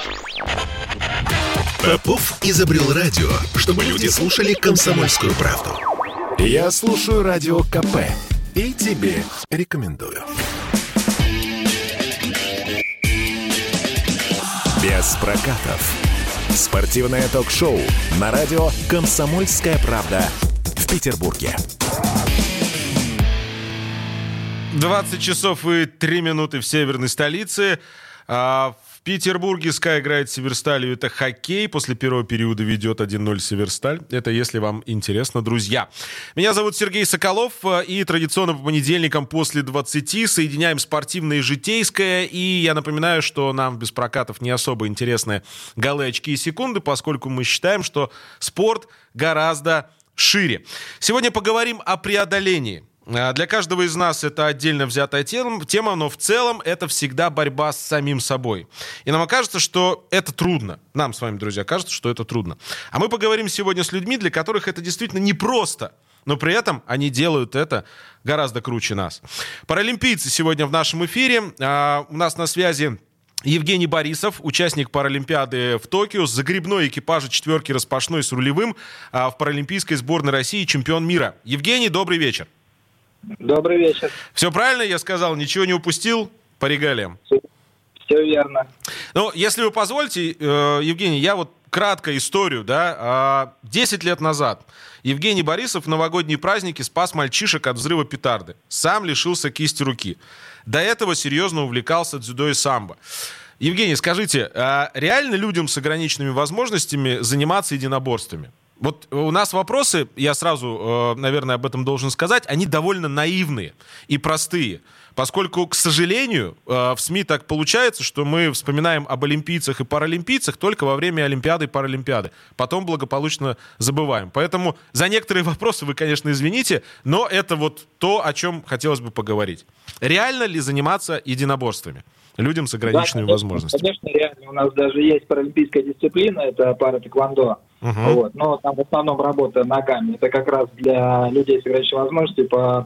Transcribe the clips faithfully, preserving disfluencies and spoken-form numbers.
Попов изобрел радио, чтобы люди слушали «Комсомольскую правду». Я слушаю Радио КП и тебе рекомендую. Без прокатов. Спортивное ток-шоу на радио «Комсомольская правда» в Петербурге. двадцать часов и три минуты в северной столице. В Петербурге СКА играет с Северсталью. Это хоккей. После первого периода ведет один ноль Северсталь. Это если вам интересно, друзья. Меня зовут Сергей Соколов. И традиционно по понедельникам после двадцати соединяем спортивное и житейское. И я напоминаю, что нам без прокатов не особо интересны голы, очки и секунды, поскольку мы считаем, что спорт гораздо шире. Сегодня поговорим о преодолении. Для каждого из нас это отдельно взятая тема, но в целом это всегда борьба с самим собой. И нам кажется, что это трудно. Нам с вами, друзья, кажется, что это трудно. А мы поговорим сегодня с людьми, для которых это действительно непросто, но при этом они делают это гораздо круче нас. Паралимпийцы сегодня в нашем эфире. У нас на связи Евгений Борисов, участник Паралимпиады в Токио, загребной экипажа четверки распашной с рулевым в паралимпийской сборной России, чемпион мира. Евгений, добрый вечер. Добрый вечер. Все правильно я сказал? Ничего не упустил по регалиям? Все, все верно. Ну, если вы позволите, Евгений, я вот кратко историю, да. десять лет назад Евгений Борисов в новогодние праздники спас мальчишек от взрыва петарды. Сам лишился кисти руки. До этого серьезно увлекался дзюдо и самбо. Евгений, скажите, а реально людям с ограниченными возможностями заниматься единоборствами? Вот у нас вопросы, я сразу, наверное, об этом должен сказать, они довольно наивные и простые, поскольку, к сожалению, в СМИ так получается, что мы вспоминаем об олимпийцах и паралимпийцах только во время Олимпиады и Паралимпиады, потом благополучно забываем. Поэтому за некоторые вопросы вы, конечно, извините, но это вот то, о чем хотелось бы поговорить. Реально ли заниматься единоборствами людям с ограниченными да, возможностями? Конечно, реально. У нас даже есть паралимпийская дисциплина, это пара-тэквондо. Uh-huh. Вот. Но там в основном работа ногами. Это как раз для людей с ограниченными возможностями по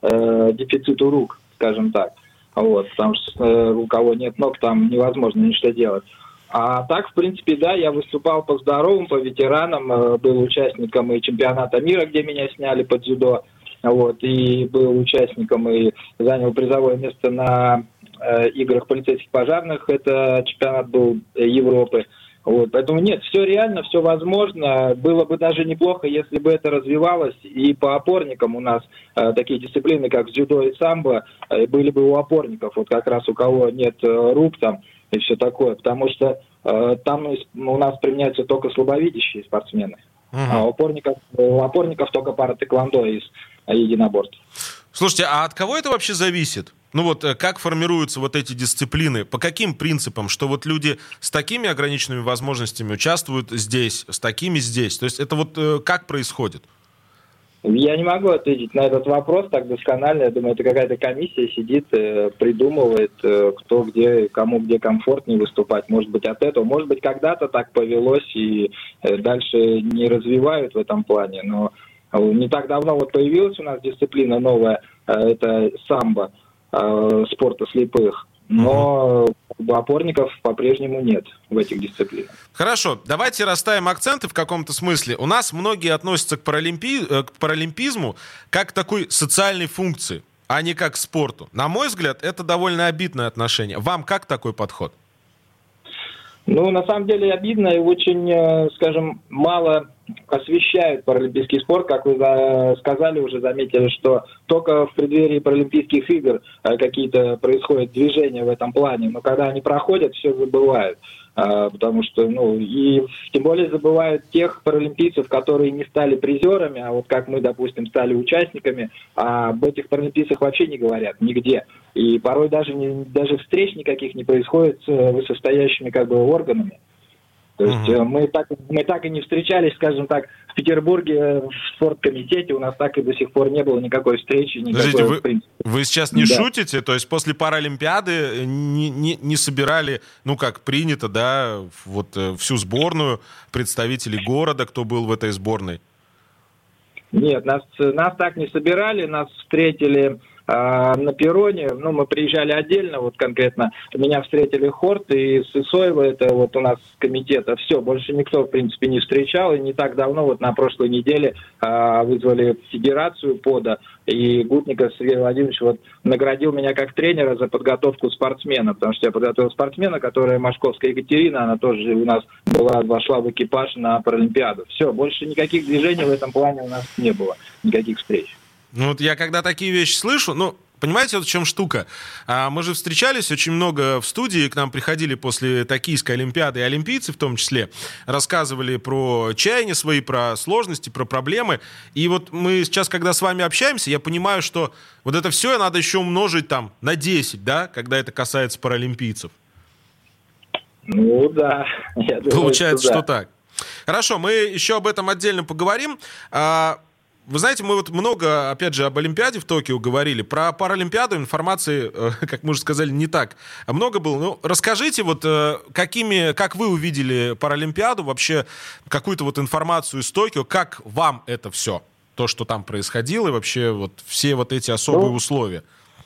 э, дефициту рук, скажем так. Вот. Потому что э, у кого нет ног, там невозможно ничего делать. А так, в принципе, да, я выступал по здоровым, по ветеранам, э, был участником и чемпионата мира, где меня сняли по дзюдо. Вот. И был участником и занял призовое место на э, играх полицейских пожарных. Это чемпионат был Европы. Вот, поэтому нет, все реально, все возможно. Было бы даже неплохо, если бы это развивалось. И по опорникам у нас э, такие дисциплины, как дзюдо и самбо, э, были бы у опорников. Вот как раз у кого нет э, рук там и все такое. Потому что э, там у нас применяются только слабовидящие спортсмены. Uh-huh. А у опорников, у опорников только пара-тэквондо из единоборств. Слушайте, а от кого это вообще зависит? Ну вот как формируются вот эти дисциплины? По каким принципам? Что вот люди с такими ограниченными возможностями участвуют здесь, с такими здесь? То есть это вот как происходит? Я не могу ответить на этот вопрос так досконально. Я думаю, это какая-то комиссия сидит, придумывает, кто где, кому где комфортнее выступать. Может быть, от этого. Может быть, когда-то так повелось и дальше не развивают в этом плане. Но не так давно вот появилась у нас дисциплина новая, это самбо, спорта слепых. Но uh-huh. опорников по-прежнему нет в этих дисциплинах. Хорошо, давайте расставим акценты в каком-то смысле. У нас многие относятся к, паралимпи... к паралимпизму как к такой социальной функции, а не как к спорту. На мой взгляд, это довольно обидное отношение. Вам как такой подход? Ну, на самом деле обидно и очень, скажем, мало освещают паралимпийский спорт. Как вы сказали, уже заметили, что только в преддверии Паралимпийских игр какие-то происходят движения в этом плане. Но когда они проходят, все забывают. Потому что, ну, и тем более забывают тех паралимпийцев, которые не стали призерами, а вот как мы, допустим, стали участниками, а об этих паралимпийцах вообще не говорят нигде. И порой даже, не, даже встреч никаких не происходит с вышестоящими как бы органами. То есть uh-huh. мы, так, мы так и не встречались, скажем так, в Петербурге в спорткомитете, у нас так и до сих пор не было никакой встречи. Никакой, Подождите, вы, вы сейчас не да. шутите? То есть после Паралимпиады не, не, не собирали, ну как принято, да, вот всю сборную, представителей города, кто был в этой сборной? Нет, нас, нас так не собирали, нас встретили А на перроне, ну, мы приезжали отдельно, вот конкретно меня встретили Хорт и Сысоева, это вот у нас с комитета. Все, больше никто, в принципе, не встречал. И не так давно, вот на прошлой неделе, а, вызвали федерацию ПОДа, и Гутников Сергей Владимирович вот наградил меня как тренера за подготовку спортсмена, потому что я подготовил спортсмена, которая Машковская Екатерина, она тоже у нас была, вошла в экипаж на Паралимпиаду. Все, больше никаких движений в этом плане у нас не было, никаких встреч. Ну вот я когда такие вещи слышу, ну, понимаете, вот в чем штука? А, мы же встречались очень много в студии, к нам приходили после Токийской Олимпиады, и олимпийцы в том числе, рассказывали про чаяния свои, про сложности, про проблемы. И вот мы сейчас, когда с вами общаемся, я понимаю, что вот это все надо еще умножить там на десять, да, когда это касается паралимпийцев. Ну да. Я думаю, Получается, что, что да. так. Хорошо, мы еще об этом отдельно поговорим. Вы знаете, мы вот много, опять же, об Олимпиаде в Токио говорили. Про Паралимпиаду информации, как мы уже сказали, не так много было. Ну, расскажите, вот какими, как вы увидели Паралимпиаду, вообще какую-то вот информацию из Токио, как вам это все, то, что там происходило, и вообще вот все вот эти особые ну, условия?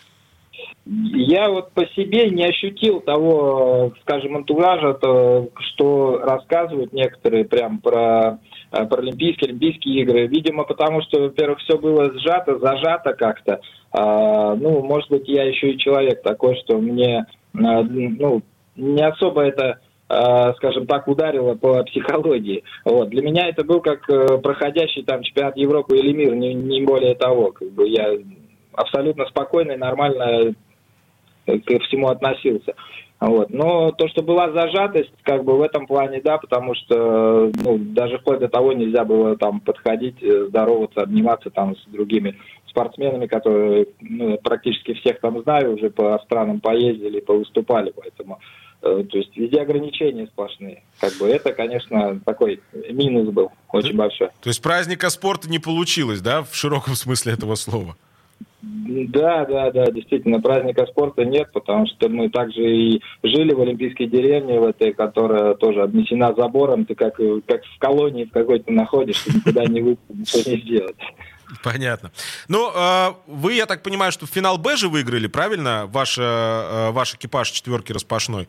Я вот по себе не ощутил того, скажем, антуража, то, что рассказывают некоторые прям про паралимпийские, олимпийские игры. Видимо, потому что, во-первых, все было сжато, зажато как-то. А, ну, может быть, я еще и человек такой, что мне, ну, не особо это, скажем так, ударило по психологии. Вот. Для меня это был как проходящий там чемпионат Европы или мир, не, не более того. Как бы я абсолютно спокойно и нормально ко всему относился. Вот. Но то, что была зажатость, как бы в этом плане, да, потому что ну, даже вплоть до того нельзя было там подходить, здороваться, обниматься там с другими спортсменами, которые ну, практически всех там знаю, уже по странам поездили, повыступали, поэтому э, то есть везде ограничения сплошные. Как бы это, конечно, такой минус был очень большой. То есть праздника спорта не получилось, да, в широком смысле этого слова? Да, да, да, действительно, праздника спорта нет, потому что мы также и жили в олимпийской деревне, в этой, которая тоже обнесена забором, ты как, как в колонии в какой-то находишься, никуда не выйти, ничего не сделать. Понятно. Ну, вы, я так понимаю, что в финал Б же выиграли, правильно, ваш, ваш экипаж четверки распашной?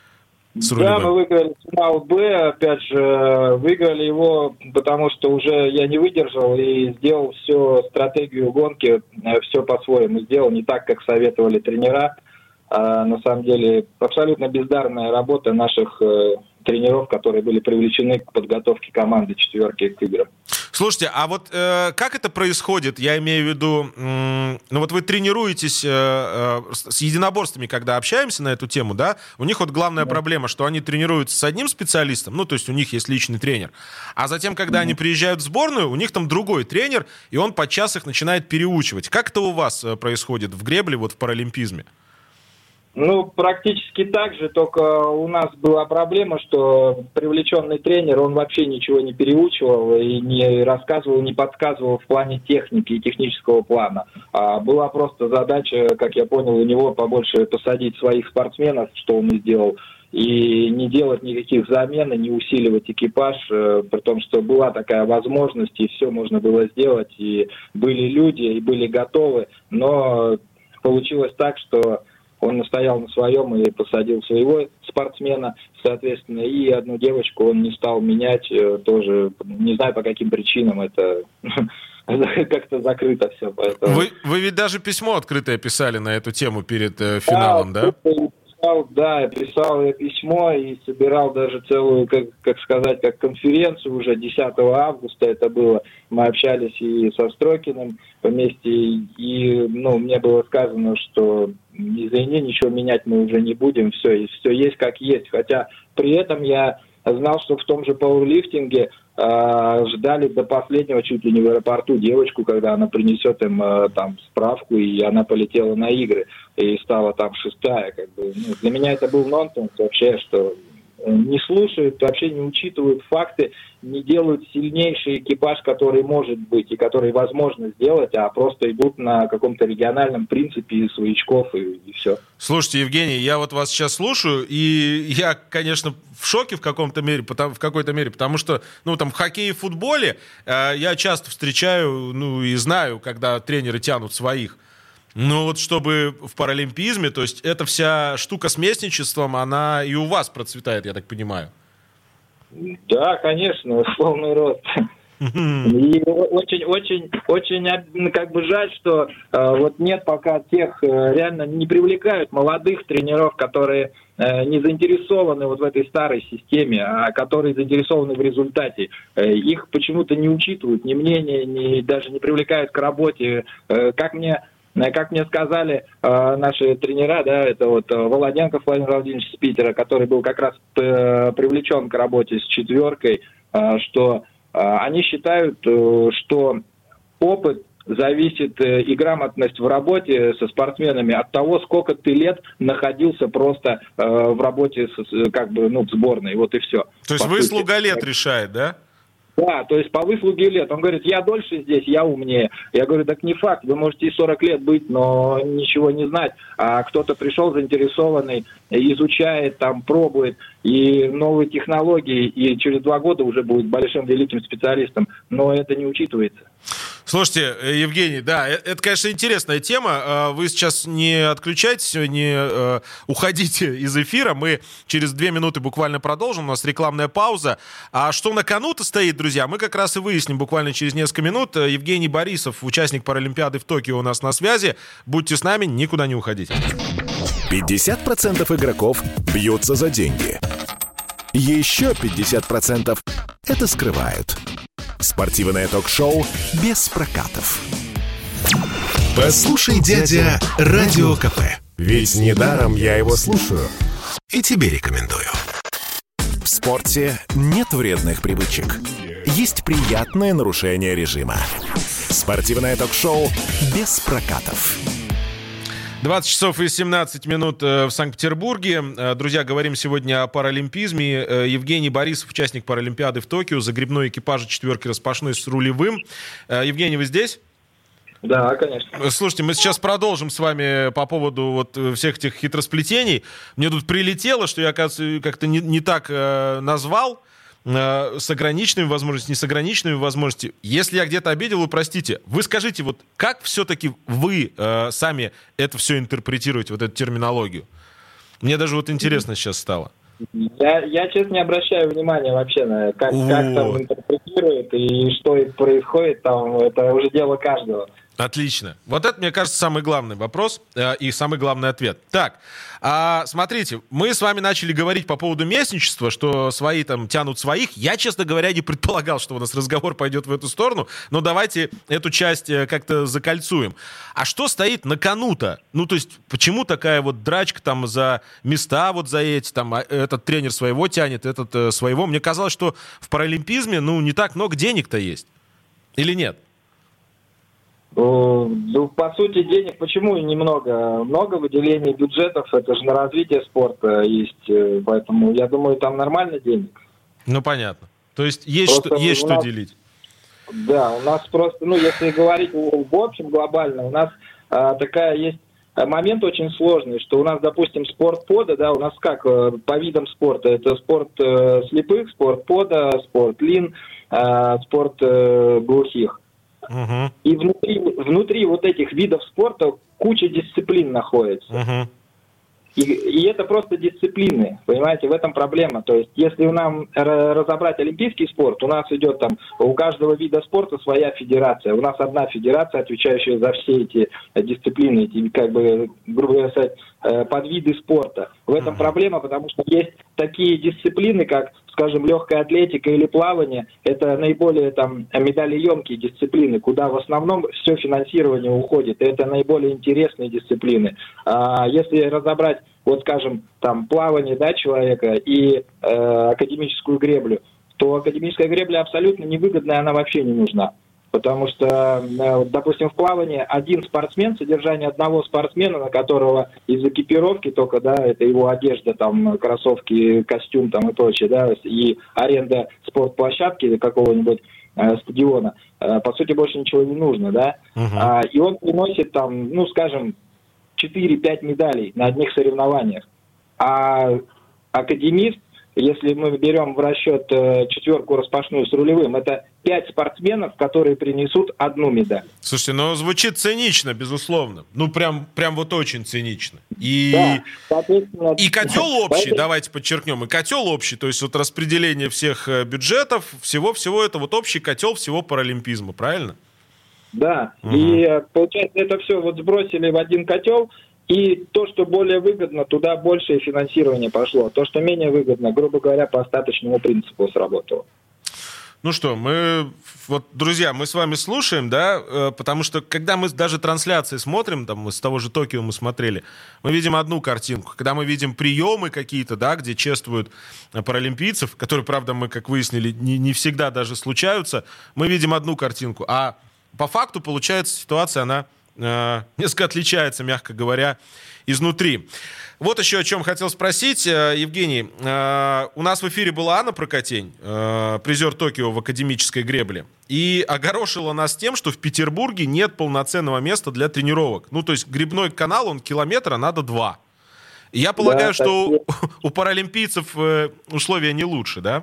Да, мы выиграли финал Б, опять же, выиграли его, потому что уже я не выдержал и сделал всю стратегию гонки, все по-своему сделал, не так, как советовали тренера. А, на самом деле, абсолютно бездарная работа наших э, тренеров, которые были привлечены к подготовке команды четверки к играм. Слушайте, а вот э, как это происходит? Я имею в виду, э, ну вот вы тренируетесь э, э, с единоборствами, когда общаемся на эту тему, да? У них вот главная да. проблема, что они тренируются с одним специалистом, ну то есть у них есть личный тренер, а затем, когда mm-hmm. они приезжают в сборную, у них там другой тренер, и он подчас их начинает переучивать. Как это у вас происходит в гребле, вот в паралимпизме? Ну, практически так же, только у нас была проблема, что привлеченный тренер, он вообще ничего не переучивал и не рассказывал, не подсказывал в плане техники и технического плана. А была просто задача, как я понял, у него побольше посадить своих спортсменов, что он и сделал, и не делать никаких замен, и не усиливать экипаж, при том, что была такая возможность, и все можно было сделать, и были люди, и были готовы, но получилось так, что он настоял на своем и посадил своего спортсмена, соответственно, и одну девочку он не стал менять, тоже, не знаю по каким причинам, это как-то закрыто все. Поэтому... Вы, вы ведь даже письмо открытое писали на эту тему перед э, финалом, да? Да? Писал, да, я писал я письмо и собирал даже целую, как, как сказать, как конференцию уже десятого августа это было. Мы общались и со Строкиным вместе, и ну, мне было сказано, что извини, ничего менять мы уже не будем, все, все есть как есть. Хотя при этом я знал, что в том же пауэрлифтинге э, ждали до последнего чуть ли не в аэропорту девочку, когда она принесет им э, там справку, и она полетела на игры и стала там шестая. Как бы. Ну, для меня это был нонсенс вообще, что не слушают, вообще не учитывают факты, не делают сильнейший экипаж, который может быть и который возможно сделать, а просто идут на каком-то региональном принципе своячков и, и все. Слушайте, Евгений, я вот вас сейчас слушаю, и я, конечно, в шоке в каком-то мере, потому, в какой-то мере, потому что, ну, там, в хоккее и в футболе э, я часто встречаю, ну, и знаю, когда тренеры тянут своих. Ну вот чтобы в паралимпизме, то есть эта вся штука с местничеством, она и у вас процветает, я так понимаю. Да, конечно, в полный рост. И очень-очень, очень как бы жаль, что э, вот нет пока тех, э, реально не привлекают молодых тренеров, которые э, не заинтересованы вот в этой старой системе, а которые заинтересованы в результате. Э, их почему-то не учитывают, ни мнение, ни даже не привлекают к работе. Э, как мне Как мне сказали э, наши тренера, да, это вот э, Володенков Владимир Владимирович из Питера, который был как раз э, привлечен к работе с четверкой, э, что э, они считают, э, что опыт зависит э, и грамотность в работе со спортсменами от того, сколько ты лет находился просто э, в работе с, как бы, ну, в сборной, вот и все. То есть выслуга лет решает, да? Да, то есть по выслуге лет. Он говорит, я дольше здесь, я умнее. Я говорю, так не факт, вы можете и сорок лет быть, но ничего не знать. А кто-то пришел заинтересованный, изучает, там, пробует, и новые технологии, и через два года уже будет большим великим специалистом. Но это не учитывается. Слушайте, Евгений, да, это, конечно, интересная тема. Вы сейчас не отключайтесь, не уходите из эфира. Мы через две минуты буквально продолжим. У нас рекламная пауза. А что на кону-то стоит, друзья, мы как раз и выясним буквально через несколько минут. Евгений Борисов, участник Паралимпиады в Токио, у нас на связи. Будьте с нами, никуда не уходите. пятьдесят процентов игроков бьются за деньги. Еще пятьдесят процентов это скрывают. Спортивное ток-шоу без прокатов. Послушай, дядя, Радио КП. Ведь недаром я его слушаю. И тебе рекомендую. В спорте нет вредных привычек. Есть приятное нарушение режима. Спортивное ток-шоу без прокатов. двадцать часов и семнадцать минут в Санкт-Петербурге. Друзья, говорим сегодня о паралимпизме. Евгений Борисов, участник Паралимпиады в Токио, загребной экипажа четверки распашной с рулевым. Евгений, вы здесь? Да, конечно. Слушайте, мы сейчас продолжим с вами по поводу вот всех этих хитросплетений. Мне тут прилетело, что я, оказывается, как-то не, не так э, назвал. С ограниченными возможностями, не с ограниченными возможностями. Если я где-то обидел, вы простите. Вы скажите, вот как все-таки вы э, сами это все интерпретируете, вот эту терминологию? Мне даже вот интересно сейчас стало. Я, я честно, не обращаю внимания вообще на как, вот. как там интерпретируют и что происходит там. Это уже дело каждого. Отлично. Вот это, мне кажется, самый главный вопрос э, и самый главный ответ. Так, а, смотрите, мы с вами начали говорить по поводу местничества, что свои там тянут своих. Я, честно говоря, не предполагал, что у нас разговор пойдет в эту сторону, но давайте эту часть э, как-то закольцуем. А что стоит на кону-то? Ну, то есть, почему такая вот драчка там за места вот за эти, там, этот тренер своего тянет, этот э, своего? Мне казалось, что в паралимпизме, ну, не так много денег-то есть. Или нет? Ну, по сути, денег почему немного? Много выделений бюджетов, это же на развитие спорта есть, поэтому я думаю, там нормально денег. Ну, понятно. То есть есть, что, есть что нас, делить. Да, у нас просто, ну, если говорить в общем, глобально, у нас а, такая есть момент очень сложный, что у нас, допустим, спорт пода, да, у нас как по видам спорта, это спорт э, слепых, спорт пода, спорт лин, э, спорт э, глухих. Угу. И внутри, внутри вот этих видов спорта куча дисциплин находится. Угу. И, и это просто дисциплины, понимаете, в этом проблема. То есть, если нам разобрать олимпийский спорт, у нас идет там, у каждого вида спорта своя федерация. У нас одна федерация, отвечающая за все эти дисциплины, эти, как бы, грубо говоря, сказать, подвиды спорта. В этом uh-huh. проблема, потому что есть такие дисциплины, как, скажем, легкая атлетика или плавание. Это наиболее там медалеемкие дисциплины, куда в основном все финансирование уходит. И это наиболее интересные дисциплины. А если разобрать, вот, скажем, там плавание, да, человека и э, академическую греблю, то академическая гребля абсолютно невыгодная, она вообще не нужна. Потому что, допустим, в плавании один спортсмен, содержание одного спортсмена, на которого из экипировки только, да, это его одежда, там, кроссовки, костюм там и прочее, да, и аренда спортплощадки или какого-нибудь э, стадиона, э, по сути, больше ничего не нужно, да. Uh-huh. А, и он приносит там, ну, скажем, четыре-пять медалей на одних соревнованиях. А академист если мы берем в расчет э, четверку распашную с рулевым, это пять спортсменов, которые принесут одну медаль. Слушайте, ну звучит цинично, безусловно. Ну прям, прям вот очень цинично. И, да, соответственно, и котел общий, поэтому... давайте подчеркнем, и котел общий, то есть вот распределение всех бюджетов, всего-всего это вот общий котел всего паралимпизма, правильно? Да, угу. И получается это все вот сбросили в один котел, и то, что более выгодно, туда большее финансирование пошло. То, что менее выгодно, грубо говоря, по остаточному принципу сработало. Ну что, мы, вот, друзья, мы с вами слушаем, да, потому что, когда мы даже трансляции смотрим, там, с того же Токио мы смотрели, мы видим одну картинку. Когда мы видим приемы какие-то, да, где чествуют паралимпийцев, которые, правда, мы, как выяснили, не, не всегда даже случаются, мы видим одну картинку. А по факту, получается, ситуация, она э, несколько отличается, мягко говоря, изнутри. Вот еще о чем хотел спросить, Евгений. У нас в эфире была Анна Прокотень, призер Токио в академической гребле, и огорошила нас тем, что в Петербурге нет полноценного места для тренировок. Ну, то есть гребной канал, он километра, надо два. И я полагаю, да, что у, у паралимпийцев условия не лучше, да?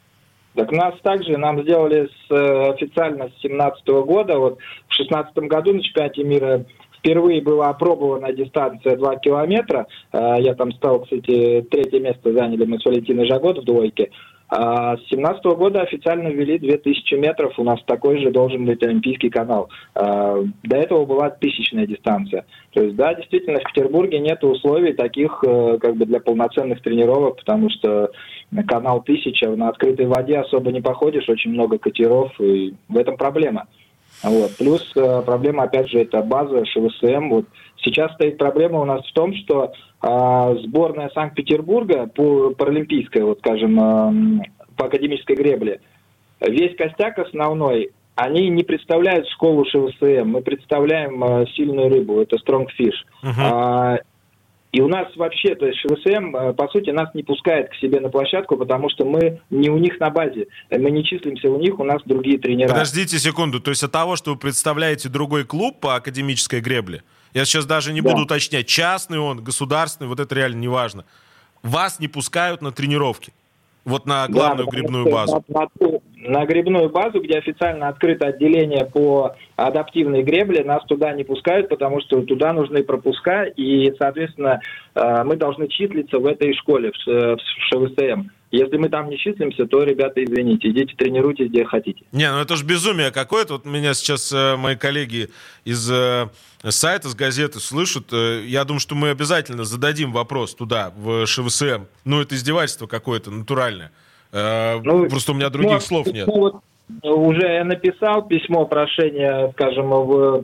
Так нас также, нам сделали с, официально с две тысячи семнадцатого года, вот в шестнадцатом году на чемпионате мира впервые была опробована дистанция два километра. Я там стал, кстати, третье место заняли мы с Валентиной Жагот в двойке. А с две тысячи семнадцатого года официально ввели две тысячи метров. У нас такой же должен быть олимпийский канал. До этого была тысячная дистанция. То есть, да, действительно, в Петербурге нет условий таких как бы для полноценных тренировок, потому что канал тысяча, на открытой воде особо не походишь, очень много катеров, и в этом проблема. Вот. Плюс э, проблема, опять же, это база, ШВСМ. Вот. Сейчас стоит проблема у нас в том, что э, сборная Санкт-Петербурга, по, паралимпийская, вот скажем, э, по академической гребле, весь костяк основной, они не представляют школу ШВСМ. Мы представляем э, сильную рыбу, это Strong Fish. Uh-huh. И у нас вообще, то есть ШВСМ, по сути, нас не пускает к себе на площадку, потому что мы не у них на базе. Мы не числимся у них, у нас другие тренера. Подождите секунду, то есть от того, что вы представляете другой клуб по академической гребле, я сейчас даже не да. буду уточнять, частный он, государственный, вот это реально не важно, вас не пускают на тренировки? Вот на главную да, гребную базу. На, на, на гребную базу, где официально открыто отделение по адаптивной гребле, нас туда не пускают, потому что туда нужны пропуска, и, соответственно, мы должны числиться в этой школе, в ШВСМ. Если мы там не числимся, то, ребята, извините, идите тренируйтесь, где хотите. Не, ну это же безумие какое-то. Вот меня сейчас э, мои коллеги из э, сайта, с газеты слышат. Э, я думаю, что мы обязательно зададим вопрос туда, в ШВСМ. Ну, это издевательство какое-то натуральное. Э, ну, просто у меня других ну, слов нет. Ну, вот, уже я написал письмо, прошение, скажем, в,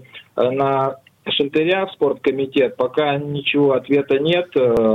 на Шантыря, в спорткомитет. Пока ничего, ответа нет.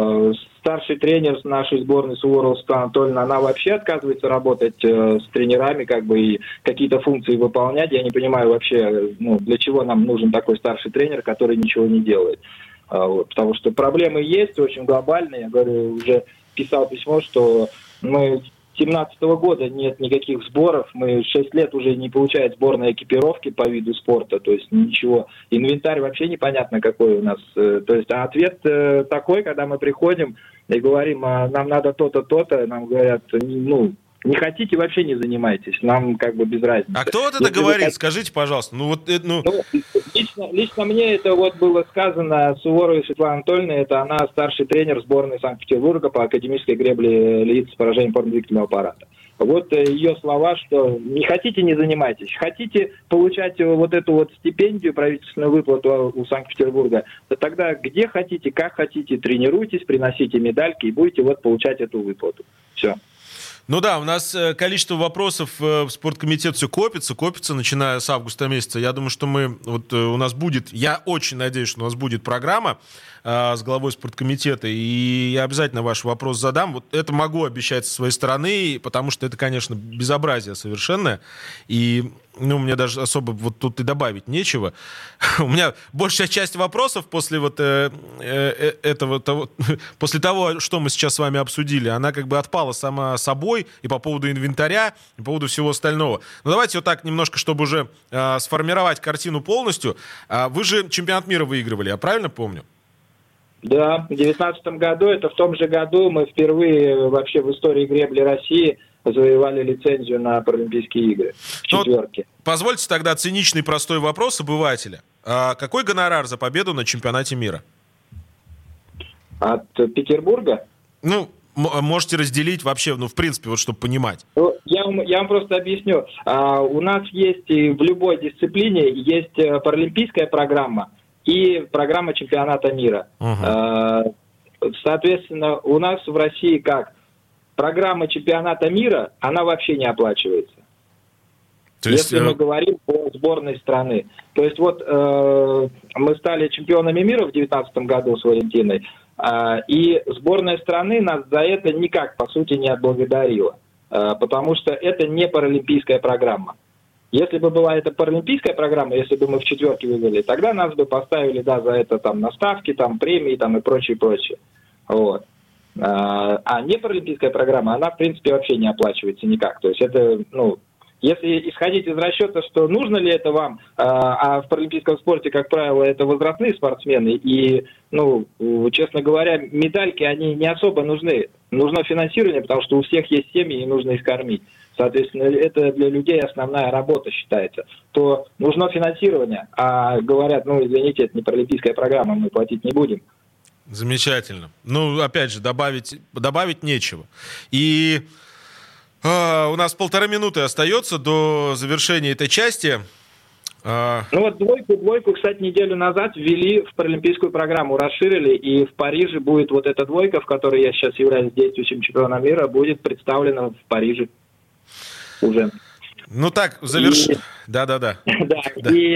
Старший тренер нашей сборной Суворова Светлана Анатольевна, она вообще отказывается работать э, с тренерами, как бы, и какие-то функции выполнять. Я не понимаю вообще, ну, для чего нам нужен такой старший тренер, который ничего не делает. А, вот, потому что проблемы есть, очень глобальные. Я говорю, уже писал письмо, что мы... две тысячи семнадцатого года нет никаких сборов. Мы шесть лет уже не получаем сборной экипировки по виду спорта. То есть ничего. Инвентарь вообще непонятно какой у нас. То есть а ответ такой, когда мы приходим и говорим, а нам надо то-то, то-то, нам говорят, ну, не хотите, вообще не занимайтесь. Нам как бы без разницы. А кто вот это Если говорит? Вы... Скажите, пожалуйста. Ну, вот, ну... Ну, лично, лично мне это вот было сказано Суворовой Светлане Анатольевне. Это она старший тренер сборной Санкт-Петербурга по академической гребле лиц с поражением опорно-двигательного аппарата. Вот ее слова, что не хотите, не занимайтесь. Хотите получать вот эту вот стипендию, правительственную выплату у Санкт-Петербурга, то тогда где хотите, как хотите, тренируйтесь, приносите медальки и будете вот получать эту выплату. Все. Ну да, у нас количество вопросов в спорткомитет все копится, копится, начиная с августа месяца. Я думаю, что мы, вот у нас будет, я очень надеюсь, что у нас будет программа э, с главой спорткомитета, и я обязательно ваш вопрос задам. Вот это могу обещать со своей стороны, потому что это, конечно, безобразие совершенное, и ну, мне даже особо вот тут и добавить нечего. У меня большая часть вопросов после вот э, э, этого, того, после того, что мы сейчас с вами обсудили, она как бы отпала сама собой и по поводу инвентаря, и по поводу всего остального. Но давайте вот так немножко, чтобы уже э, сформировать картину полностью. Вы же чемпионат мира выигрывали, я правильно помню? Да, в девятнадцатом году, это в том же году мы впервые вообще в истории гребли России завоевали лицензию на Паралимпийские игры в четверке. Ну, позвольте тогда циничный простой вопрос обывателя. А какой гонорар за победу на чемпионате мира? От Петербурга? Ну, м- можете разделить вообще, ну, в принципе, вот чтобы понимать. Ну, я, вам, я вам просто объясню. А, у нас есть и в любой дисциплине есть паралимпийская программа и программа чемпионата мира. Угу. А, соответственно, у нас в России как? Программа чемпионата мира, она вообще не оплачивается. То есть, если э... мы говорим о сборной страны. То есть вот э, мы стали чемпионами мира в девятнадцатом году с Валентиной, э, и сборная страны нас за это никак, по сути, не отблагодарила. Э, потому что это не паралимпийская программа. Если бы была эта паралимпийская программа, если бы мы в четверке выиграли, тогда нас бы поставили, да, за это там на ставки, там премии там, и прочее, прочее. Вот. А не паралимпийская программа, она, в принципе, вообще не оплачивается никак. То есть это, ну, если исходить из расчета, что нужно ли это вам, а в паралимпийском спорте, как правило, это возрастные спортсмены, и, ну, честно говоря, медальки, они не особо нужны. Нужно финансирование, потому что у всех есть семьи, и нужно их кормить. Соответственно, это для людей основная работа считается. То нужно финансирование, а говорят, ну, извините, это не паралимпийская программа, мы платить не будем. Замечательно. Ну, опять же, добавить, добавить нечего. И э, у нас полторы минуты остается до завершения этой части. Э... Ну вот двойку, двойку, кстати, неделю назад ввели в паралимпийскую программу, расширили, и в Париже будет вот эта двойка, в которой я сейчас являюсь действующим чемпионом мира, будет представлена в Париже уже. Ну так, заверш... И... Да-да-да. Да, да. И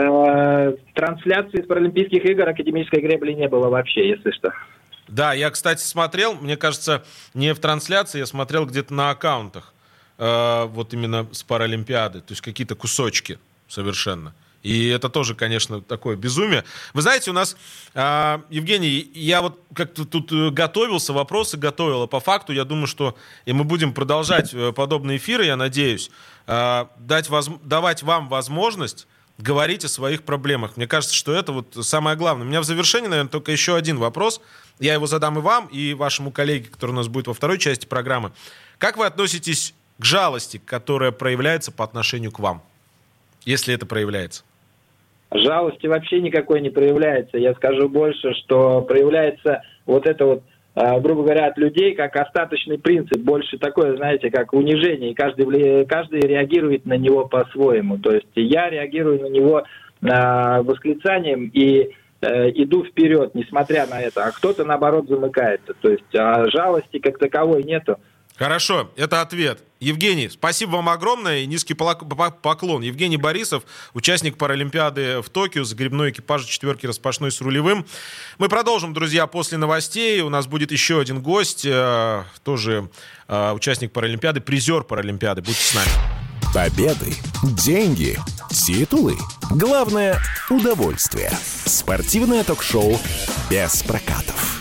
э, трансляции с Паралимпийских игр академической гребли не было вообще, если что. Да, я, кстати, смотрел, мне кажется, не в трансляции, я смотрел где-то на аккаунтах, э, вот именно с Паралимпиады, то есть какие-то кусочки совершенно. И это тоже, конечно, такое безумие. Вы знаете, у нас, э, Евгений, я вот как-то тут готовился, вопросы готовил, а по факту я думаю, что и мы будем продолжать подобные эфиры, я надеюсь, э, дать воз... давать вам возможность говорить о своих проблемах. Мне кажется, что это вот самое главное. У меня в завершении, наверное, только еще один вопрос. Я его задам и вам, и вашему коллеге, который у нас будет во второй части программы. Как вы относитесь к жалости, которая проявляется по отношению к вам, если это проявляется? Жалости вообще никакой не проявляется. Я скажу больше, что проявляется вот это вот, э, грубо говоря, от людей как остаточный принцип. Больше такое, знаете, как унижение. И каждый, каждый реагирует на него по-своему. То есть я реагирую на него э, восклицанием и э, иду вперед, несмотря на это. А кто-то, наоборот, замыкается. То есть э, жалости как таковой нету. Хорошо, это ответ. Евгений, спасибо вам огромное и низкий поклон. Евгений Борисов, участник Паралимпиады в Токио, загребной экипажа четверки распашной с рулевым. Мы продолжим, друзья, после новостей. У нас будет еще один гость, э, тоже э, участник Паралимпиады, призер Паралимпиады. Будьте с нами. Победы, деньги, титулы. Главное – удовольствие. Спортивное ток-шоу без прокатов.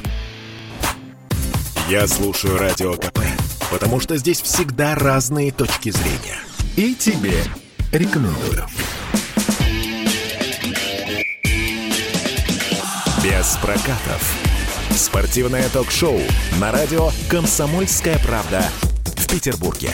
Я слушаю Радио КП, потому что здесь всегда разные точки зрения. И тебе рекомендую. Без прокатов. Спортивное ток-шоу на радио «Комсомольская правда» в Петербурге.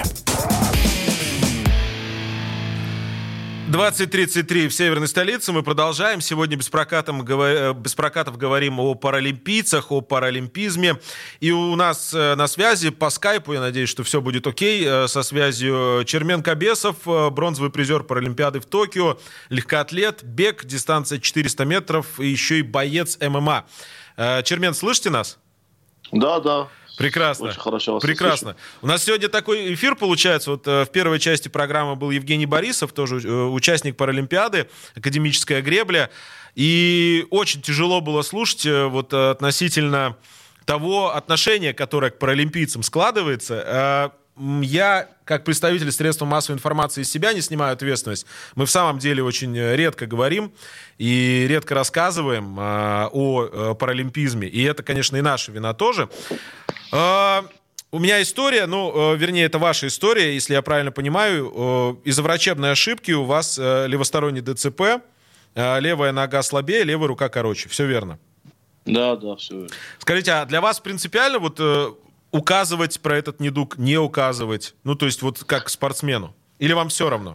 двадцать тридцать три в северной столице. Мы продолжаем. Сегодня без, без прокатов говорим о паралимпийцах, о паралимпизме. И у нас на связи по скайпу, я надеюсь, что все будет окей, со связью Чермен Кобесов, бронзовый призер Паралимпиады в Токио, легкоатлет, бег, дистанция четыреста метров и еще и боец ММА. Чермен, слышите нас? Да, да. Прекрасно. Очень хорошо вас Прекрасно. услышать. У нас сегодня такой эфир получается. Вот в первой части программы был Евгений Борисов, тоже участник Паралимпиады, академическая гребля. И очень тяжело было слушать вот относительно того отношения, которое к паралимпийцам складывается. Я, как представитель средств массовой информации, из себя не снимаю ответственность. Мы в самом деле очень редко говорим и редко рассказываем э, о э, паралимпизме. И это, конечно, и наша вина тоже. Э, у меня история, ну, э, вернее, это ваша история, если я правильно понимаю. Э, из-за врачебной ошибки у вас э, левосторонний ДЦП, э, левая нога слабее, левая рука короче. Все верно? Да, да, все. Скажите, а для вас принципиально вот э, указывать про этот недуг, не указывать? Ну, то есть вот как спортсмену? Или вам все равно?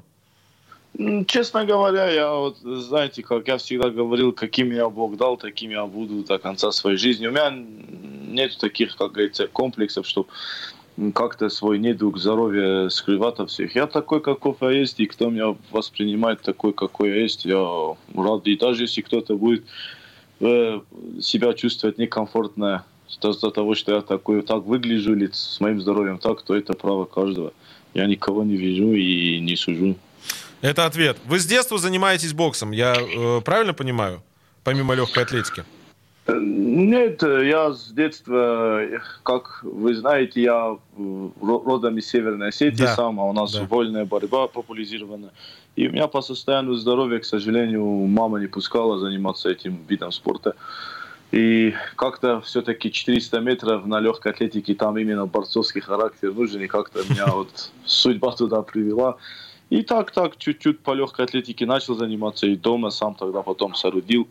Честно говоря, я вот, знаете, как я всегда говорил, каким я Бог дал, таким я буду до конца своей жизни. У меня нет таких, как говорится, комплексов, чтобы как-то свой недуг, здоровье скрывать от всех. Я такой, каков я есть, и кто меня воспринимает такой, какой я есть, я рад. И даже если кто-то будет э, себя чувствовать некомфортно из-за того, что я такой, так выгляжу, или с моим здоровьем так, то это право каждого. Я никого не вижу и не сужу. Это ответ. Вы с детства занимаетесь боксом, я э, правильно понимаю? Помимо легкой атлетики. Нет, я с детства, как вы знаете, я родом из Северной Осетии, да. Сам, а у нас да. Вольная борьба популяризирована. И у меня по состоянию здоровья, к сожалению, мама не пускала заниматься этим видом спорта. И как-то все-таки четыреста метров на легкой атлетике, там именно борцовский характер нужен, и как-то меня вот судьба туда привела. И так-так, чуть-чуть по легкой атлетике начал заниматься, и дома сам тогда потом соорудил,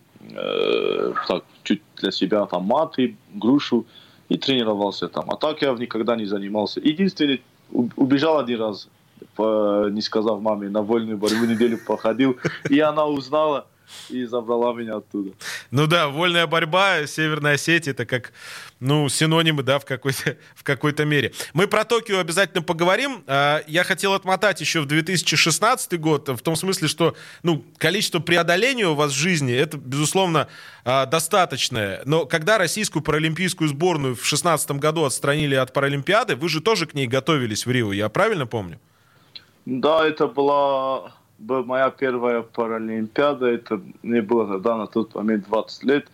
э, так, чуть для себя там маты, грушу, и тренировался там. А так я никогда не занимался. Единственный, убежал один раз, по, не сказав маме, на вольную борьбу, неделю походил, и она узнала и забрала меня оттуда. Ну да, вольная борьба, Северная Осетия, это как, ну, синонимы, да, в какой-то, в какой-то мере. Мы про Токио обязательно поговорим. Я хотел отмотать еще в две тысячи шестнадцатый год, в том смысле, что, ну, количество преодолений у вас в жизни, это, безусловно, достаточное. Но когда российскую паралимпийскую сборную в шестнадцатом году отстранили от Паралимпиады, вы же тоже к ней готовились в Рио, я правильно помню? Да, это была... моя первая Паралимпиада, это мне было тогда на тот момент двадцать лет,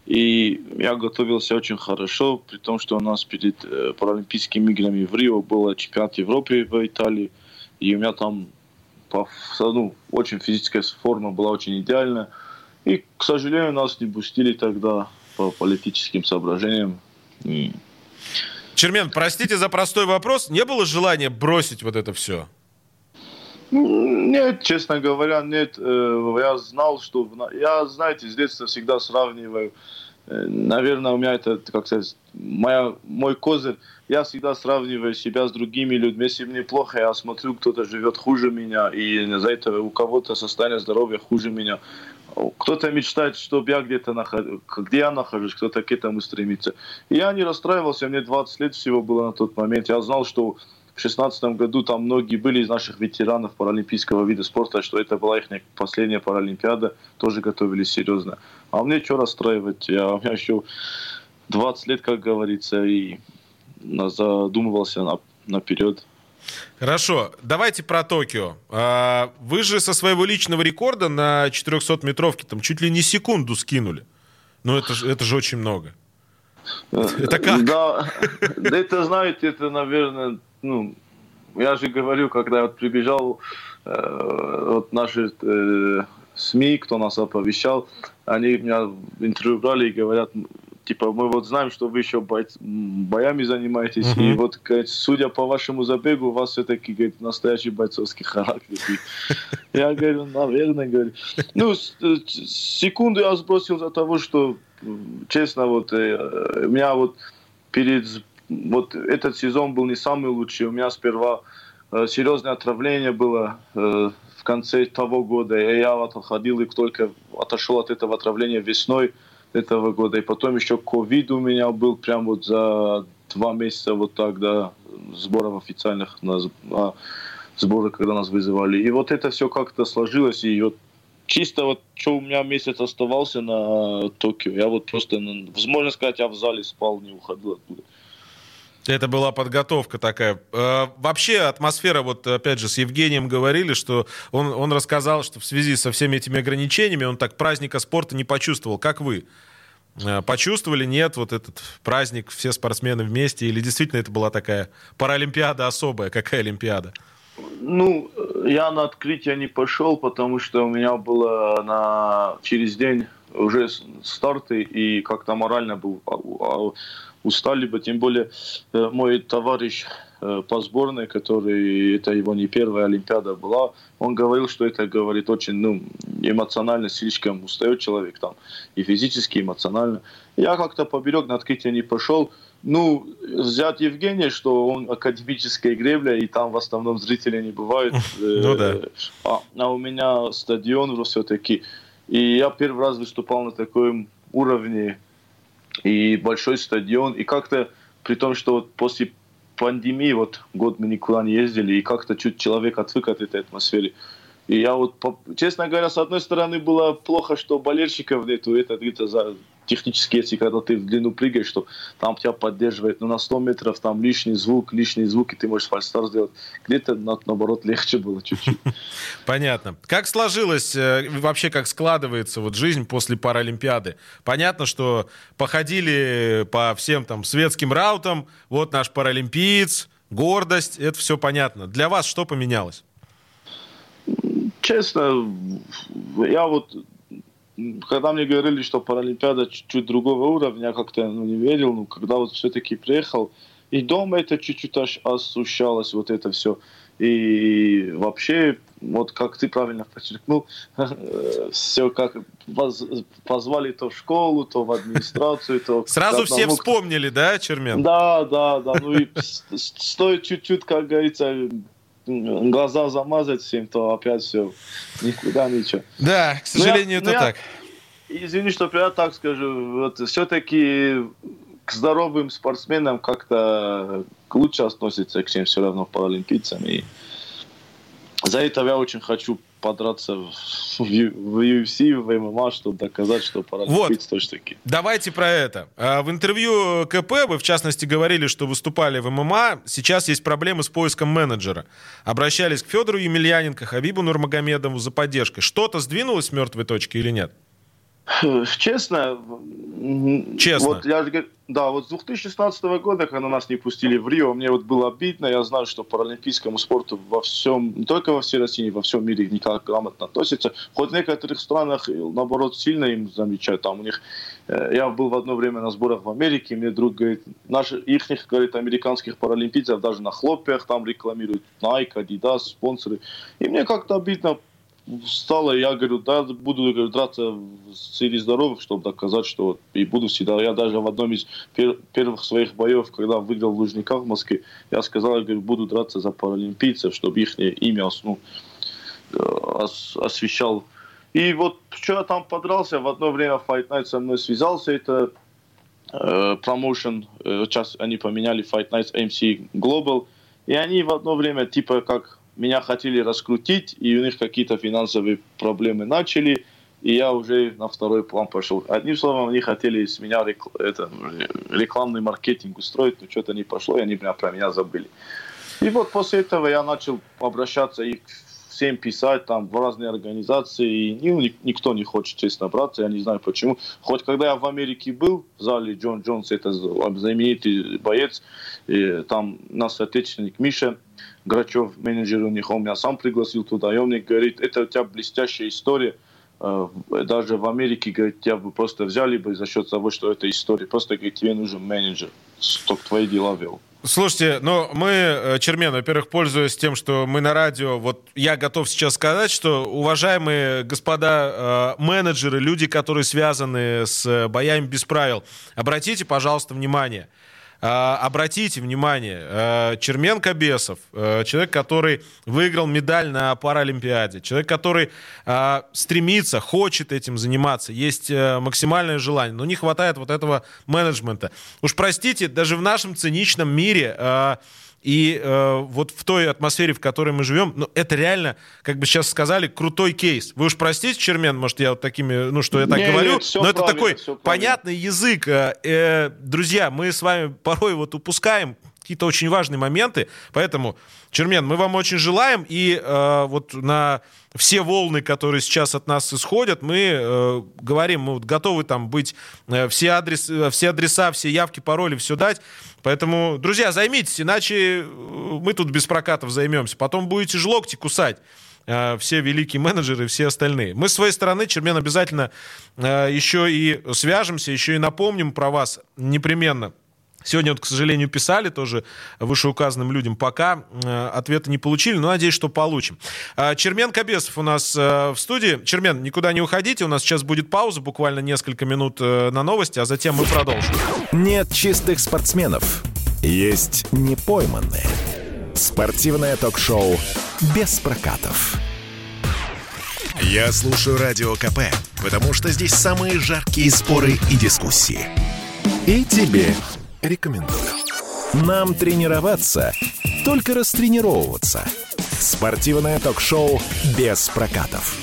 и я готовился очень хорошо, при том, что у нас перед Паралимпийскими играми в Рио был чемпионат Европы в Италии, и у меня там ну, очень физическая форма была очень идеальная, и, к сожалению, нас не пустили тогда по политическим соображениям. Чермен, простите за простой вопрос, не было желания бросить вот это все? Нет, честно говоря, нет. Я знал, что... Я, знаете, с детства всегда сравниваю. Наверное, у меня это, как сказать, моя, мой козырь. Я всегда сравниваю себя с другими людьми. Если мне плохо, я смотрю, кто-то живет хуже меня, и за это у кого-то состояние здоровья хуже меня. Кто-то мечтает, чтобы я где-то нахожусь, где я нахожусь, кто-то к этому стремится. И я не расстраивался, мне двадцать лет всего было на тот момент. Я знал, что в шестнадцатом году там многие были из наших ветеранов паралимпийского вида спорта, что это была их последняя Паралимпиада, тоже готовились серьезно. А мне что расстраивать? Я, у меня еще двадцать лет, как говорится, и задумывался на, наперед. Хорошо, давайте про Токио. Вы же со своего личного рекорда на четырехсотметровке там чуть ли не секунду скинули. Ну это же, это же очень много. Это как? Да, это, знаете, это, наверное... Ну, я же говорю, когда я вот прибежал, э, вот наши э, СМИ, кто нас оповещал, они меня интервью брали и говорят, типа, мы вот знаем, что вы еще бой, боями занимаетесь, uh-huh. и вот, говорит, судя по вашему забегу, у вас все-таки, говорит, настоящий бойцовский характер. Я говорю, наверное, говорю. Ну, секунду я сбросил из-за того, что, честно, вот, э, у меня вот перед... Вот этот сезон был не самый лучший. У меня сперва э, серьезное отравление было э, в конце того года. И я отходил и только отошел от этого отравления весной этого года. И потом еще ковид у меня был прям вот за два месяца вот так, да, сборов официальных, на, на сборы, когда нас вызывали. И вот это все как-то сложилось. И вот чисто вот что у меня месяц оставался на Токио, я вот просто, можно сказать, я в зале спал, не уходил оттуда. Это была подготовка такая. Вообще атмосфера, вот опять же с Евгением говорили, что он, он рассказал, что в связи со всеми этими ограничениями он так праздника спорта не почувствовал. Как вы? Почувствовали, нет, вот этот праздник, все спортсмены вместе? Или действительно это была такая паралимпиада особая? Какая олимпиада? Ну, я на открытие не пошел, потому что у меня было на... через день уже старты, и как-то морально был... устали бы, тем более э, мой товарищ э, по сборной, который, это его не первая Олимпиада была, он говорил, что это, говорит, очень, ну, эмоционально слишком устает человек там, и физически, и эмоционально. Я как-то поберег, на открытие не пошел. Ну, взять Евгения, что он академическая гребля, и там в основном зрителей не бывает. Ну да. А, а у меня стадион все-таки. И я первый раз выступал на таком уровне, и большой стадион. И как-то, при том, что вот после пандемии, вот год мы никуда не ездили, и как-то чуть человек отвык от этой атмосферы. И я вот, честно говоря, с одной стороны было плохо, что болельщиков нету, это где-то за технически, если когда ты в длину прыгаешь, что там тебя поддерживает, но на сто метров там лишний звук, лишний звук, и ты можешь фальстарт сделать. Где-то, наоборот, легче было чуть-чуть. Понятно. Как сложилось, вообще как складывается вот жизнь после Паралимпиады? Понятно, что походили по всем там светским раутам, вот наш паралимпиец, гордость, это все понятно. Для вас что поменялось? Честно, я вот, когда мне говорили, что Паралимпиада чуть-чуть другого уровня, я как-то ну, не верил, но когда вот все-таки приехал, и дома это чуть-чуть аж ощущалось, вот это все. И вообще, вот как ты правильно подчеркнул, все как позвали то в школу, то в администрацию, то... Сразу все вспомнили, да, Чермен? Да, да, да, ну и стоит чуть-чуть, как говорится... глаза замазать всем, то опять все, никуда, ничего. Да, к сожалению, но это я, так. Я, извини, что я так скажу, вот, все-таки к здоровым спортсменам как-то лучше относятся, чем все равно паралимпийцам. И за это я очень хочу подраться в, в ю эф си, в эм эм а, чтобы доказать, что паралимпийцы вот. Тоже такие. Давайте про это. В интервью ка пэ вы, в частности, говорили, что выступали в эм эм а. Сейчас есть проблемы с поиском менеджера. Обращались к Федору Емельяненко, Хабибу Нурмагомедову за поддержкой. Что-то сдвинулось с мертвой точки или нет? Честно, Честно. Вот я же, да, вот с две тысячи шестнадцатого года, когда нас не пустили в Рио, мне вот было обидно. Я знаю, что к паралимпийскому спорту во всем, не только во всей России, во всем мире никак грамотно относятся. Хоть в некоторых странах, наоборот, сильно им замечают. Там у них, я был в одно время на сборах в Америке, мне друг говорит, наших, их, говорит, американских паралимпийцев даже на хлопьях там рекламируют, Nike, Adidas, спонсоры. И мне как-то обидно стало, я говорю, да, буду говорю, драться среди здоровых, чтобы доказать, что вот, и буду всегда. Я даже в одном из пер, первых своих боев, когда выиграл в Лужниках в Москве, я сказал, я говорю, буду драться за паралимпийцев, чтобы их имя ну, ос, освещал. И вот что я там подрался, в одно время Fight Night со мной связался, это промоушен, э, сейчас они поменяли Fight Night эм си Global, и они в одно время типа как меня хотели раскрутить, и у них какие-то финансовые проблемы начали, и я уже на второй план пошел. Одним словом, они хотели с меня рекл... это, рекламный маркетинг устроить, но что-то не пошло, и они про меня забыли. И вот после этого я начал обращаться и всем писать там в разные организации, и ну, никто не хочет, честно, браться, я не знаю почему. Хоть когда я в Америке был, в зале Джон Джонс, это знаменитый боец, и там наш соотечественник Миша Грачев, менеджер у них, он меня сам пригласил туда, и он мне говорит, это у тебя блестящая история, даже в Америке, говорит, тебя бы просто взяли бы за счет того, что это история, просто, говорит, тебе нужен менеджер, чтобы твои дела вел. Слушайте, ну мы, Чермен, во-первых, пользуясь тем, что мы на радио, вот я готов сейчас сказать, что уважаемые господа э, менеджеры, люди, которые связаны с боями без правил, обратите, пожалуйста, внимание. Обратите внимание, Чермен Кобесов, человек, который выиграл медаль на Паралимпиаде, человек, который стремится, хочет этим заниматься, есть максимальное желание, но не хватает вот этого менеджмента. Уж простите, даже в нашем циничном мире и э, вот в той атмосфере, в которой мы живем, ну, это реально, как бы сейчас сказали, крутой кейс. Вы уж простите, Чермен, может, я вот такими, ну, что я так не, говорю, нет, но это такой понятный правильно. Язык. Э, э, друзья, мы с вами порой вот упускаем какие-то очень важные моменты, поэтому, Чермен, мы вам очень желаем, и э, вот на все волны, которые сейчас от нас исходят, мы э, говорим, мы вот готовы там быть, э, все, адрес, э, все адреса, все явки, пароли, все дать. Поэтому, друзья, займитесь, иначе мы тут без прокатов займемся. Потом будете же локти кусать, э, все великие менеджеры и все остальные. Мы с своей стороны, Чермен, обязательно э, еще и свяжемся, еще и напомним про вас непременно. Сегодня, вот, к сожалению, писали тоже вышеуказанным людям. Пока э, ответа не получили, но надеюсь, что получим. Э, Чермен Кобесов у нас э, в студии. Чермен, никуда не уходите. У нас сейчас будет пауза, буквально несколько минут э, на новости, а затем мы продолжим. Нет чистых спортсменов. Есть непойманные. Спортивное ток-шоу без прокатов. Я слушаю Радио КП, потому что здесь самые жаркие споры и дискуссии. И тебе рекомендую. Нам тренироваться, только растренировываться. Спортивное ток-шоу без прокатов.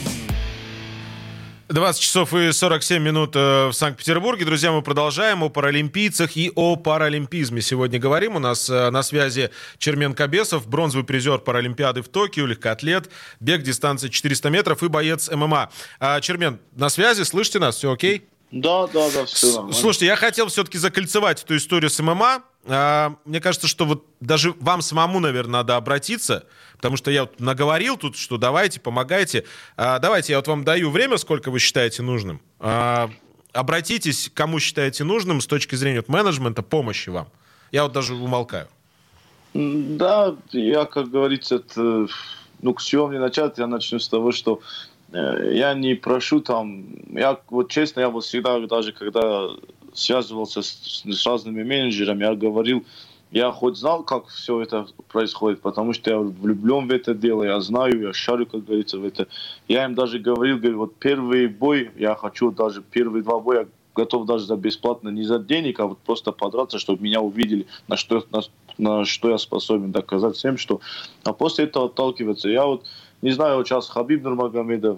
двадцать часов и сорок семь минут в Санкт-Петербурге. Друзья, мы продолжаем о паралимпийцах и о паралимпизме. Сегодня говорим. У нас на связи Чермен Кобесов, бронзовый призер Паралимпиады в Токио, легкоатлет, бег дистанции четыреста метров и боец ММА. Чермен, на связи, слышите нас? Все окей? Да, да, да, все нормально. Слушайте, я хотел все-таки закольцевать эту историю с ММА. Мне кажется, что вот даже вам самому, наверное, надо обратиться, потому что я вот наговорил тут, что давайте, помогайте. Давайте, я вот вам даю время, сколько вы считаете нужным. Обратитесь, кому считаете нужным с точки зрения вот менеджмента, помощи вам. Я вот даже умолкаю. Да, я, как говорится, это, ну, с чего мне начать? Я начну с того, что я не прошу там, я вот честно, я вот всегда, даже когда связывался с, с разными менеджерами, я говорил, я хоть знал, как все это происходит, потому что я влюблен в это дело, я знаю, я шарю, как говорится, в это. Я им даже говорил, говорю, вот первый бой, я хочу даже первые два боя, готов даже за бесплатно, не за денег, а вот просто подраться, чтобы меня увидели, на что, на, на что я способен, доказать всем, что... А после этого отталкиваться. Я вот не знаю, вот сейчас Хабиб Нурмагомедов,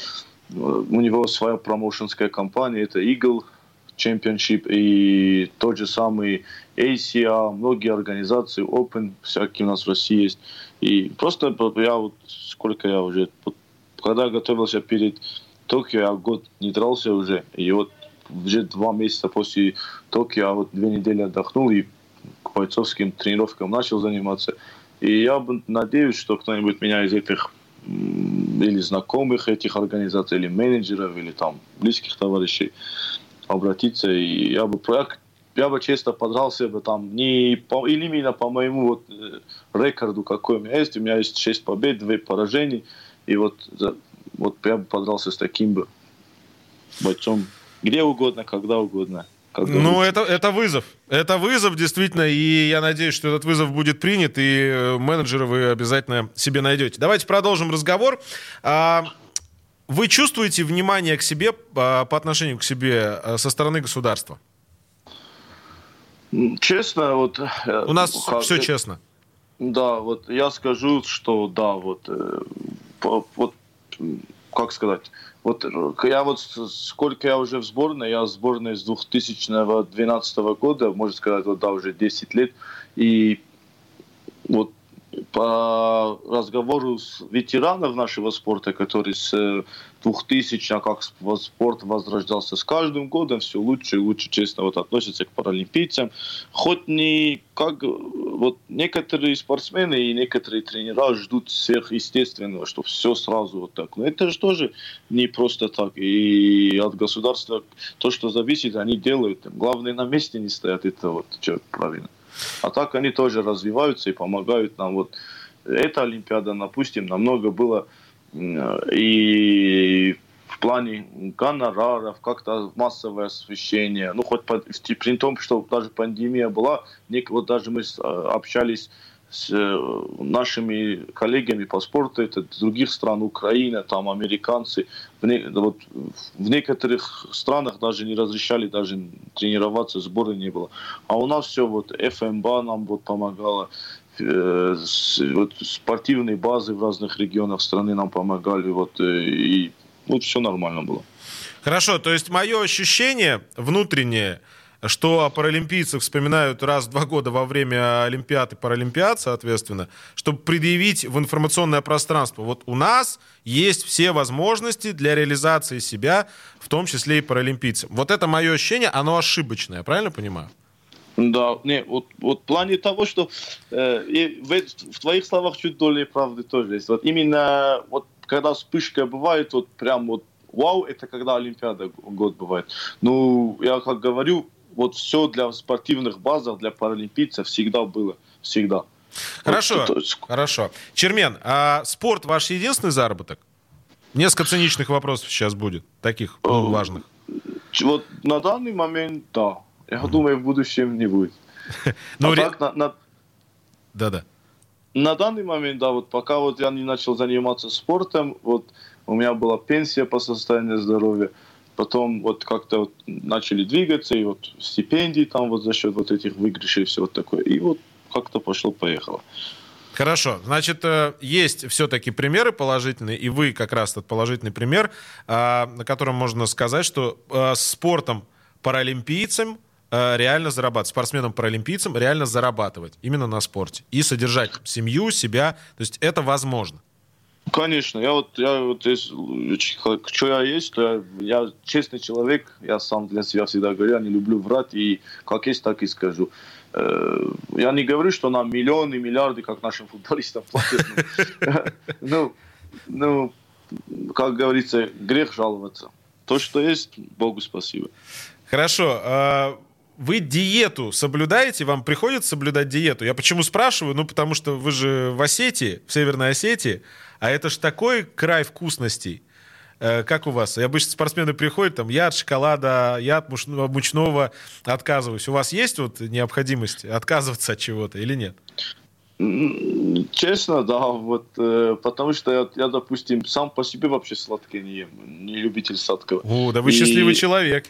у него своя промоушенская компания, это Eagle Championship и тот же самый эй си эй, многие организации, Open, всякие у нас в России есть. И просто я вот, сколько я уже, когда готовился перед Токио, я год не дрался уже, и вот уже два месяца после Токио, я вот две недели отдохнул и к бойцовским тренировкам начал заниматься. И я надеюсь, что кто-нибудь меня из этих или знакомых этих организаций, или менеджеров, или там близких товарищей обратиться. И я бы, я бы честно подрался бы там не по, или именно по моему вот рекорду, какой у меня есть. У меня есть шесть побед, две поражения. И вот, вот я бы подрался с таким бы бойцом где угодно, когда угодно. Ну, это, это вызов. Это вызов, действительно, и я надеюсь, что этот вызов будет принят, и менеджера вы обязательно себе найдете. Давайте продолжим разговор. Вы чувствуете внимание к себе по отношению к себе со стороны государства? Честно, вот... У нас как, все честно. Да, вот я скажу, что да, вот... вот как сказать... Вот я вот сколько я уже в сборной, я в сборной с две тысячи двенадцатого года, можно сказать, вот да, уже десять лет. И вот по разговору с ветеранами нашего спорта, которые с двухтысячного, как спорт возрождался, с каждым годом все лучше и лучше, честно, вот относятся к паралимпийцам. Хоть не как вот некоторые спортсмены и некоторые тренера ждут сверхъестественного, что все сразу вот так. Но это же тоже не просто так. И от государства то, что зависит, они делают. Главное, на месте не стоят. Это вот что правильно. А так они тоже развиваются и помогают нам. Вот эта Олимпиада, допустим, намного было и в плане гонораров, как-то массовое освещение. Ну, хоть под, при том, что даже пандемия была, вот даже мы общались с нашими коллегами по спорту, это из других стран, Украина, там американцы. В, не, вот, в некоторых странах даже не разрешали даже тренироваться, сбора не было. А у нас все, вот эф эм бэ а нам вот помогала, э, с, вот, спортивные базы в разных регионах страны нам помогали, вот, и вот все нормально было. Хорошо, то есть мое ощущение внутреннее, что о паралимпийцах вспоминают раз в два года во время Олимпиад и Паралимпиад, соответственно, чтобы предъявить в информационное пространство. Вот у нас есть все возможности для реализации себя, в том числе и паралимпийцам. Вот это мое ощущение, оно ошибочное, я правильно понимаю? Да, не, вот, вот в плане того, что э, и в, в твоих словах чуть доля правды тоже есть. Вот именно вот когда вспышка бывает, вот прям вот вау, это когда Олимпиада год бывает. Ну, я как говорю, вот все для спортивных базов, для паралимпийцев всегда было. Всегда. Хорошо, вот, хорошо. Чермен, а спорт ваш единственный заработок? Несколько циничных вопросов сейчас будет, таких ну, важных. Вот на данный момент, да. Я mm-hmm. думаю, в будущем не будет. Ну, а ре... так, на, на... Да-да. На данный момент, да, вот пока вот я не начал заниматься спортом, вот у меня была пенсия по состоянию здоровья, потом вот как-то вот начали двигаться, и вот стипендии там вот за счет вот этих выигрышей и все вот такое, и вот как-то пошло-поехало. Хорошо. Значит, есть все-таки примеры положительные, и вы как раз тот положительный пример, на котором можно сказать, что спортом паралимпийцам реально зарабатывать, спортсменам-паралимпийцам реально зарабатывать именно на спорте и содержать семью, себя. То есть это возможно. Конечно. Я вот, я вот если, что я есть, то я, я честный человек, я сам для себя всегда говорю, я не люблю врать, и как есть, так и скажу. Я не говорю, что нам миллионы, миллиарды, как нашим футболистам платят. Ну, ну, как говорится, грех жаловаться. То, что есть, Богу спасибо. Хорошо. Вы диету соблюдаете? Вам приходится соблюдать диету? Я почему спрашиваю? Ну, потому что вы же в Осетии, в Северной Осетии, а это ж такой край вкусностей. Как у вас? И обычно спортсмены приходят, там, я от шоколада, я от мучного отказываюсь. У вас есть вот необходимость отказываться от чего-то или нет? Честно, да, вот, э, потому что я, я, допустим, сам по себе вообще сладкое не ем, не любитель сладкого. О, да вы и... счастливый человек.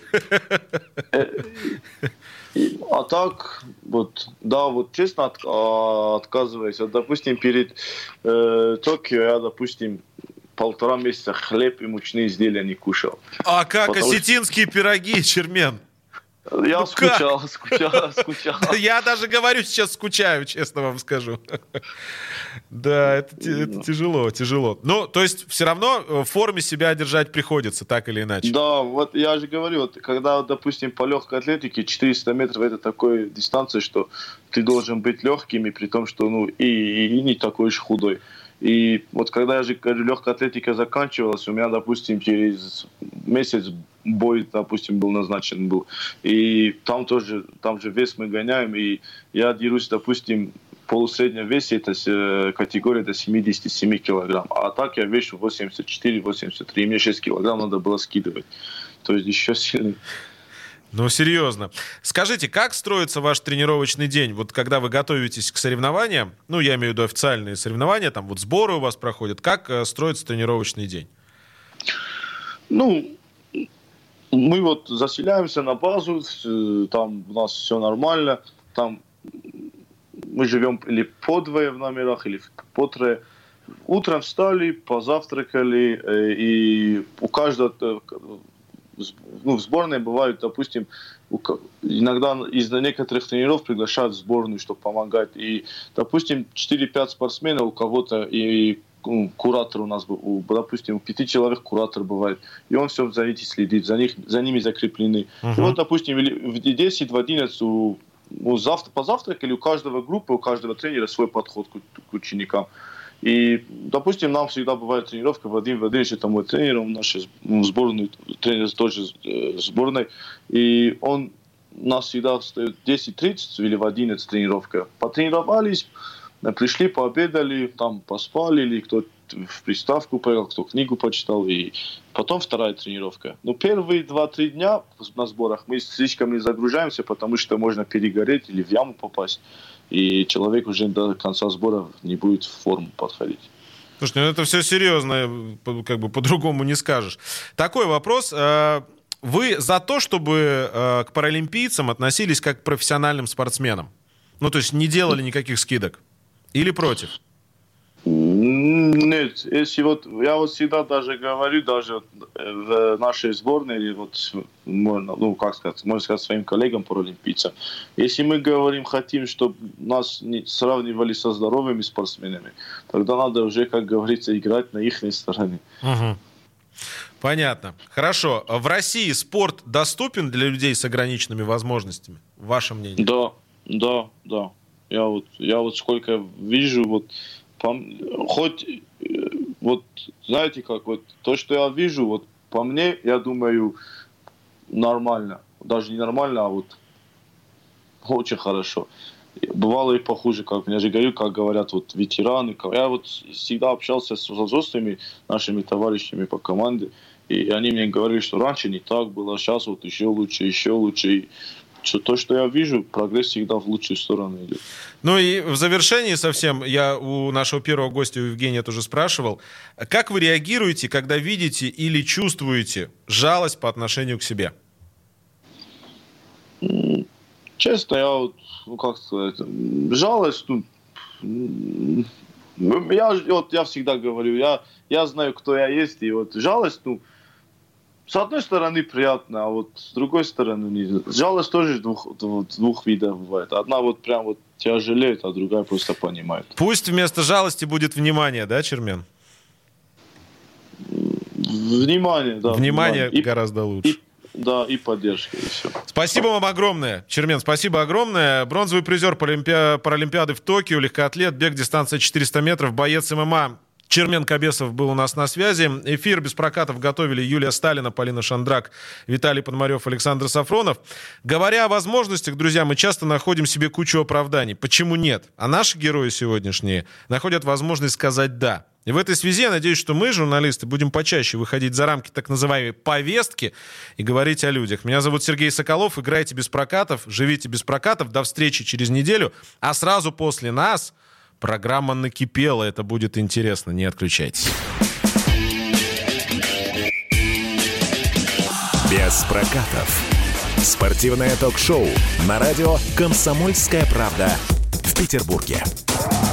А так, вот, да, вот честно от, а, отказываюсь. Вот, допустим, перед э, Токио я, допустим, полтора месяца хлеб и мучные изделия не кушал. А как потому осетинские что... пироги, Чермен? Я ну скучал, как? скучал, скучал. Я даже говорю сейчас скучаю, честно вам скажу. Да, это, это тяжело, тяжело. Ну, то есть все равно в форме себя держать приходится, так или иначе. Да, вот я же говорю, вот, когда, допустим, по легкой атлетике четыреста метров это такая дистанция, что ты должен быть легким, и при том, что ну и, и не такой уж худой. И вот когда я же говорю, легкая атлетика заканчивалась, у меня, допустим, через месяц бой, допустим, был назначен был. И там тоже, там же вес мы гоняем, и я дерусь, допустим, в полусреднем весе, это категория до семьдесят семь килограмм. А так я вешу восемьдесят четыре восемьдесят три, и мне шесть килограмм надо было скидывать. То есть еще сильный. Ну, серьезно. Скажите, как строится ваш тренировочный день? Вот когда вы готовитесь к соревнованиям, ну, я имею в виду официальные соревнования, там вот сборы у вас проходят, как строится тренировочный день? Ну, мы вот заселяемся на базу, там у нас все нормально, там мы живем или по двое в номерах, или по трое. Утром встали, позавтракали, и у каждого... Ну, в сборной бывают, допустим, иногда из некоторых тренеров приглашают в сборную, чтобы помогать. И, допустим, четыре-пять спортсменов у кого-то, и ну, куратор у нас, допустим, у пяти человек куратор бывает. И он все за этим следит, за, них, за ними закреплены. Uh-huh. И вот, допустим, в десять, в одиннадцать у, у завтра, позавтракали, у каждого группы, у каждого тренера свой подход к, к ученикам. И, допустим, нам всегда бывает тренировка в один в один, это мой тренер, он наш сборный, тренер тоже сборной, и он нас всегда встает в десять тридцать или в одиннадцать тренировка. Потренировались, пришли, пообедали, там поспали, или кто в приставку поехал, кто книгу почитал, и потом вторая тренировка. Но первые два-три дня на сборах мы слишком не загружаемся, потому что можно перегореть или в яму попасть. И человек уже до конца сбора не будет в форму подходить. Слушай, ну это все серьезно, как бы по-другому не скажешь. Такой вопрос. Вы за то, чтобы к паралимпийцам относились как к профессиональным спортсменам? Ну, то есть не делали никаких скидок? Или против? Нет, если вот, я вот всегда даже говорю, даже в нашей сборной, вот, ну, как сказать, можно сказать своим коллегам паралимпийцам, если мы говорим, хотим, чтобы нас не сравнивали со здоровыми спортсменами, тогда надо уже, как говорится, играть на их стороне. Угу. Понятно. Хорошо. В России спорт доступен для людей с ограниченными возможностями? Ваше мнение? Да, да, да. Я вот, я вот сколько вижу, вот, хоть, вот, знаете как, вот, то, что я вижу, вот, по мне, я думаю, нормально. Даже не нормально, а вот очень хорошо. Бывало и похуже, как я же говорю, как говорят вот ветераны. Я вот всегда общался с взрослыми нашими товарищами по команде, и они мне говорили, что раньше не так было, сейчас вот еще лучше, еще лучше. И то, что я вижу, прогресс всегда в лучшую сторону идет. Ну и в завершении совсем, я у нашего первого гостя, у Евгения, тоже спрашивал, как вы реагируете, когда видите или чувствуете жалость по отношению к себе? Честно, я вот, ну как сказать, жалость, ну, я, вот, я всегда говорю, я, я знаю, кто я есть, и вот жалость, ну, с одной стороны приятно, а вот с другой стороны не. Жалость тоже двух, двух видов бывает. Одна вот прям вот тебя жалеет, а другая просто понимает. Пусть вместо жалости будет внимание, да, Чермен? Внимание, да. Внимание, внимание. гораздо И, лучше. И, да, и поддержка, и все. Спасибо вам огромное, Чермен, спасибо огромное. Бронзовый призер Паралимпи... Паралимпиады в Токио, легкоатлет, бег, дистанция четыреста метров, боец ММА. Чермен Кабесов был у нас на связи. Эфир без прокатов готовили Юлия Сталина, Полина Шандрак, Виталий Пономарев, Александр Сафронов. Говоря о возможностях, друзья, мы часто находим себе кучу оправданий. Почему нет? А наши герои сегодняшние находят возможность сказать «да». И в этой связи я надеюсь, что мы, журналисты, будем почаще выходить за рамки так называемой повестки и говорить о людях. Меня зовут Сергей Соколов. Играйте без прокатов, живите без прокатов. До встречи через неделю. А сразу после нас программа «Накипело». Это будет интересно. Не отключайтесь. Без прокатов. Спортивное ток-шоу на радио «Комсомольская правда» в Петербурге.